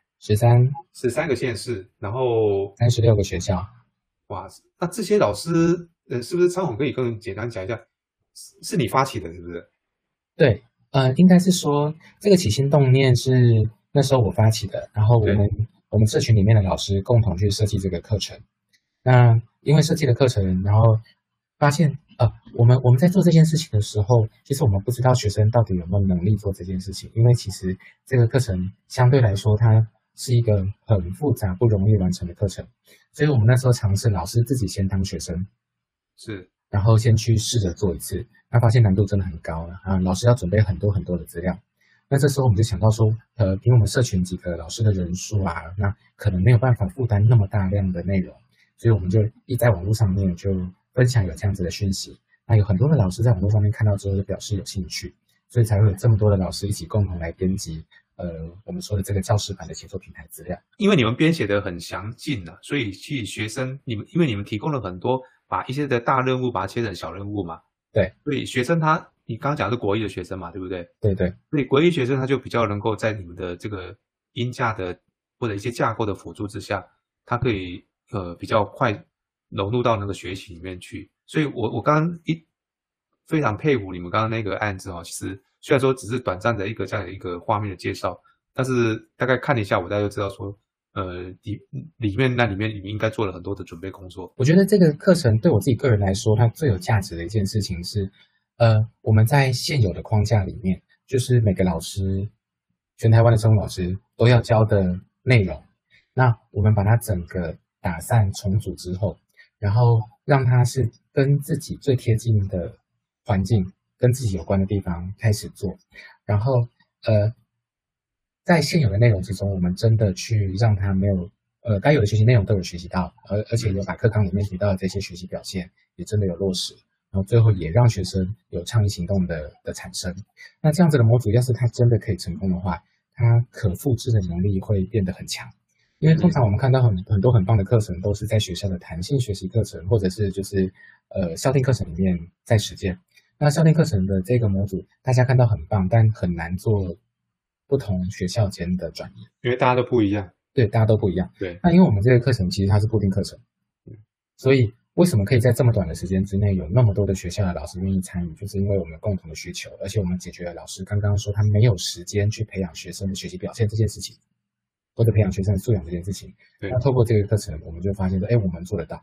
？13个县市，然后 36个学校。 哇，那这些老师是不是昌宏可以跟我们简单讲一下，是你发起的是不是？ 对，应该是说这个起心动念是那时候我发起的，然后我们社群里面的老师共同去设计这个课程。那因为设计了课程，然后发现我们在做这件事情的时候，其实我们不知道学生到底有没有能力做这件事情，因为其实这个课程相对来说它是一个很复杂不容易完成的课程，所以我们那时候尝试老师自己先当学生， 是， 然后先去试着做一次，那发现难度真的很高老师要准备很多很多的资料。那这时候我们就想到说，凭我们社群几个老师的人数那可能没有办法负担那么大量的内容，所以我们就在网络上面就分享有这样子的讯息。那有很多的老师在网络上面看到之后就表示有兴趣，所以才会有这么多的老师一起共同来编辑我们说的这个教师版的协作平台资料。 因为你们编写的很详尽所以去学生因为你们提供了很多把一些的大任务把它切成小任务嘛。 对， 所以学生你刚刚讲的是国一的学生嘛，对不对？ 对对。 所以国一学生他就比较能够在你们的这个音架的或者一些架构的辅助之下，他可以比较快融入到那个学习里面去。所以我刚刚非常佩服你们刚刚那个案子其实虽然说只是短暂的一个这样的一个画面的介绍，但是大概看了一下，我大概就知道说里面你们应该做了很多的准备工作。 我觉得这个课程对我自己个人来说，它最有价值的一件事情是我们在现有的框架里面，就是每个老师，全台湾的生物老师都要教的内容，那我们把它整个打散重组之后，然后让它是跟自己最贴近的环境跟自己有关的地方开始做，然后在现有的内容之中，我们真的去让他没有该有的学习内容都有学习到，而且有把课纲里面提到的这些学习表现也真的有落实，然后最后也让学生有倡议行动的产生。那这样子的模组要是它真的可以成功的话，它可复制的能力会变得很强。因为通常我们看到很多很棒的课程都是在学校的弹性学习课程或者是就是校定课程里面在实践。那校定课程的这个模组大家看到很棒，但很难做不同学校间的转移， 因为大家都不一样。 对，大家都不一样。 对， 那因为我们这个课程其实它是固定课程，所以为什么可以在这么短的时间之内有那么多的学校的老师愿意参与，就是因为我们有共同的需求，而且我们解决了老师刚刚说他没有时间去培养学生的学习表现这件事情，或者培养学生的素养这件事情。那透过这个课程，我们就发现说，我们做得到。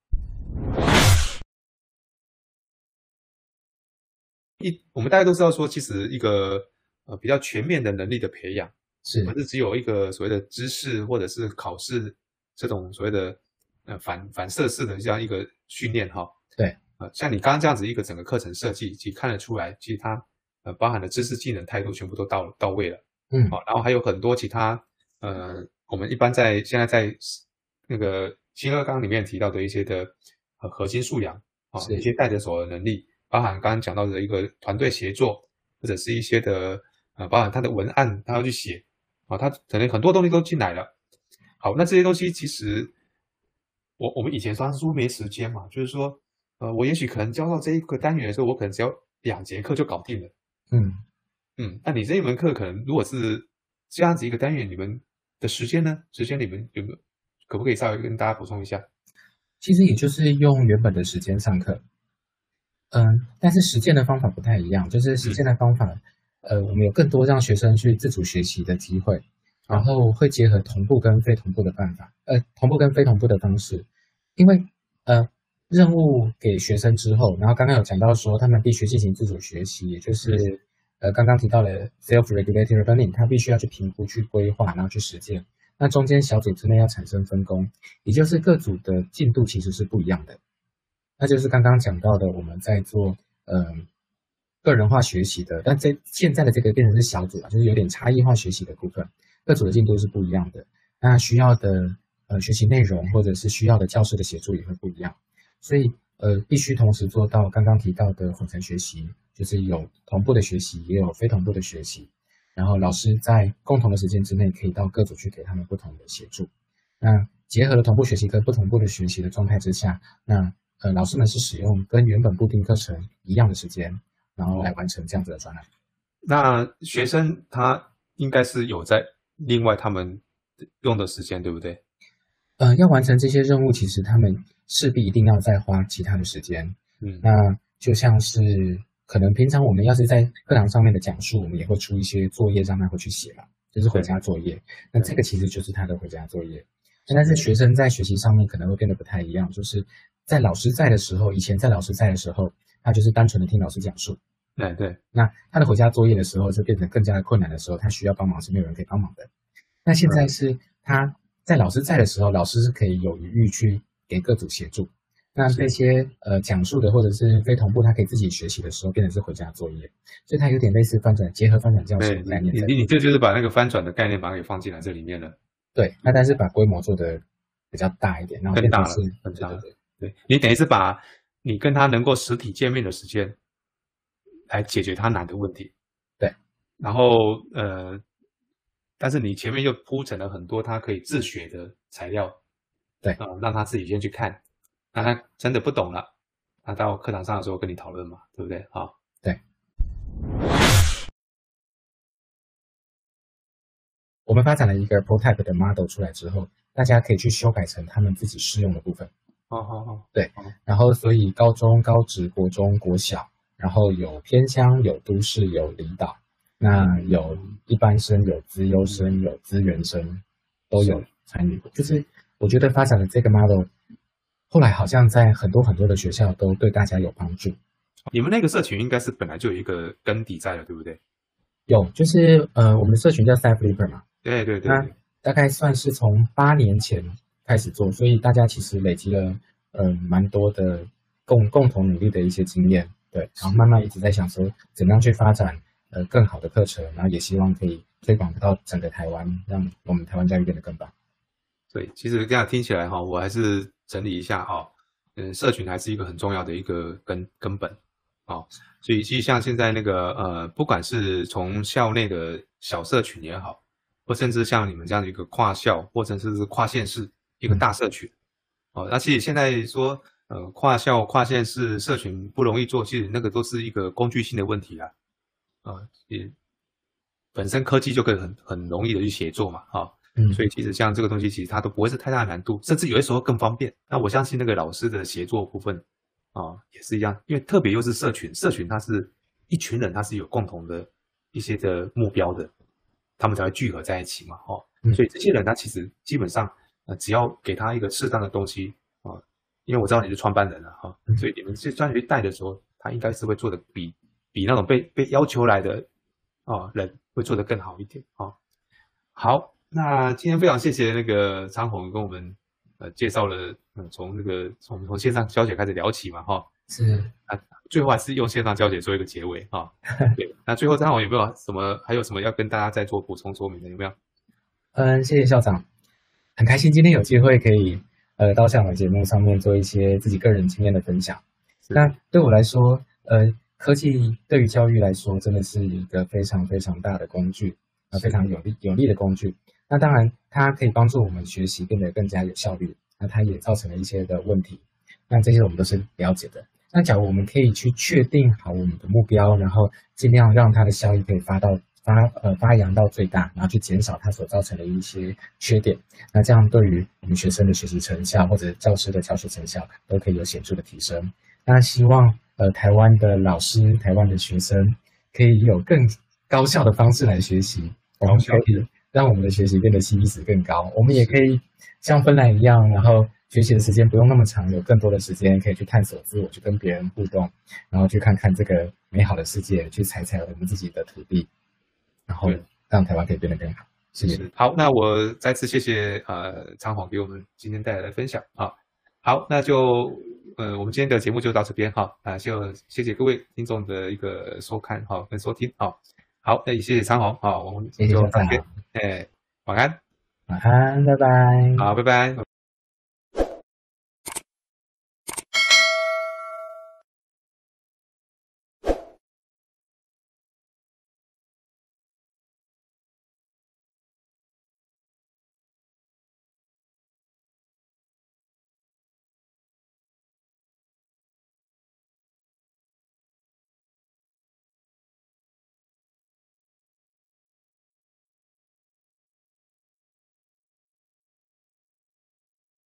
我们大家都知道说，其实一个比较全面的能力的培养， 是不是只有一个所谓的知识或者是考试这种所谓的反射式的这样一个训练哈。 对， 像你刚刚这样子一个整个课程设计，其实看得出来，其实它包含的知识、技能、态度全部都到位了。然后还有很多其他我们一般现在在那个新课纲里面提到的一些的核心素养一些带着手的能力，包含刚刚讲到的一个团队协作，或者是一些的包含他的文案他要去写他可能很多东西都进来了。好，那这些东西其实我们以前当初没时间嘛，就是说我也许可能教到这一个单元的时候，我可能只要2节课就搞定了。那你这一门课可能如果是这样子一个单元，你们的时间呢？时间你们有没有可不可以稍微跟大家补充一下？ 其实也就是用原本的时间上课，但是实践的方法不太一样，就是实践的方法，我们有更多让学生去自主学习的机会，然后会结合同步跟非同步的办法，同步跟非同步的方式，因为任务给学生之后，然后刚刚有讲到说他们必须进行自主学习，也就是刚刚提到了 self-regulated learning， 他必须要去评估、去规划，然后去实践。那中间小组之内要产生分工，也就是各组的进度其实是不一样的。那就是刚刚讲到的，我们在做个人化学习的，但现在的这个变成是小组了，就是有点差异化学习的部分，各组的进度是不一样的。那需要的学习内容或者是需要的教师的协助也会不一样，所以必须同时做到刚刚提到的混成学习，就是有同步的学习，也有非同步的学习。然后老师在共同的时间之内，可以到各组去给他们不同的协助。那结合了同步学习跟不同步的学习的状态之下，那老师们是使用跟原本固定课程一样的时间，然后来完成这样子的专案。 那学生他应该是有在另外他们用的时间，对不对？ 要完成这些任务，其实他们势必一定要再花其他的时间。那就像是可能平常我们要是在课堂上面的讲述，我们也会出一些作业让他回去写嘛，就是回家作业。那这个其实就是他的回家作业。但是学生在学习上面可能会变得不太一样，就是在老师在的时候，以前在老师在的时候，他就是单纯的听老师讲述。 对。 那他的回家作业的时候，就变成更加的困难的时候，他需要帮忙是没有人可以帮忙的。那现在是他在老师在的时候，老师是可以有余裕去给各组协助。那这些讲述的或者是非同步，他可以自己学习的时候，变成是回家作业，所以它有点类似结合翻转教学的概念。 你这就是把那个翻转的概念把它给放进来这里面了。 对，那但是把规模做得比较大一点，然后更大了，更大了。对，你等于是把你跟他能够实体见面的时间来解决他难的问题。 对， 然后但是你前面又铺陈了很多他可以自学的材料。 对， 让他自己先去看。那他真的不懂了，他到课堂上的时候跟你讨论嘛，对不对？好， 对。我们发展了一个 prototype 的 model 出来之后，大家可以去修改成他们自己适用的部分。对。然后所以高中、高职、国中、国小，然后有偏乡、有都市、有离岛，那有一般生、有资优生、有资源生，都有参与。就是我觉得发展的这个 model。后来好像在很多的学校都对大家有帮助。 你们那个社群应该是本来就有一个根底在了，对不对？ 有，就是我们的社群叫 Cyflipper 嘛。 对。 那大概算是从8年前开始做，所以大家其实累积了蛮多的共同努力的一些经验。对，然后慢慢一直在想说怎么样去发展更好的课程，然后也希望可以推广到整个台湾，让我们台湾教育变得更棒。 对，其实这样听起来我还是整理一下社群还是一个很重要的一个根本所以其实像现在那个不管是从校内的小社群也好，或甚至像你们这样的一个跨校或者是跨县市一个大社群那其实现在说跨校跨县市社群不容易做，其实那个都是一个工具性的问题啦也本身科技就可以很容易的去协作嘛所以其实像这个东西，其实它都不会是太大的难度，甚至有的时候更方便。那我相信那个老师的协作部分也是一样，因为特别又是社群它是一群人，它是有共同的一些的目标的，他们才会聚合在一起嘛所以这些人他其实基本上只要给他一个适当的东西因为我知道你是创办人了所以你们去专业去带的时候，他应该是会做的比那种被要求来的人会做得更好一点好。那今天非常谢谢那个昌宏跟我们介绍了从我们从线上教学开始聊起嘛，哈， 是， 最后还是用线上教学做一个结尾，哈，对，那最后张宏有没有还有什么要跟大家再做补充说明的？有没有？ 谢谢校长，很开心今天有机会可以到校长的节目上面做一些自己个人经验的分享。那对我来说，科技对于教育来说真的是一个非常非常大的工具，非常有力的工具。那当然，它可以帮助我们学习变得更加有效率。那它也造成了一些的问题，那这些我们都是了解的。那假如我们可以去确定好我们的目标，然后尽量让它的效益可以发扬到最大，然后去减少它所造成的一些缺点。那这样对于我们学生的学习成效或者教师的教学成效都可以有显著的提升。那希望台湾的老师、台湾的学生可以有更高效的方式来学习，我们可以让我们的学习变得 CP 值更高。我们也可以像芬兰一样，然后学习的时间不用那么长，有更多的时间可以去探索自我，去跟别人互动，然后去看看这个美好的世界，去踩踩我们自己的土地，然后让台湾可以变得更好。谢谢。 好，那我再次谢谢张宏给我们今天带来的分享啊。好，那就我们今天的节目就到这边哈就谢谢各位听众的一个收看哈跟收听好，那也谢谢张宏我们就到这边，晚安。 晚安，拜拜。 好，拜拜。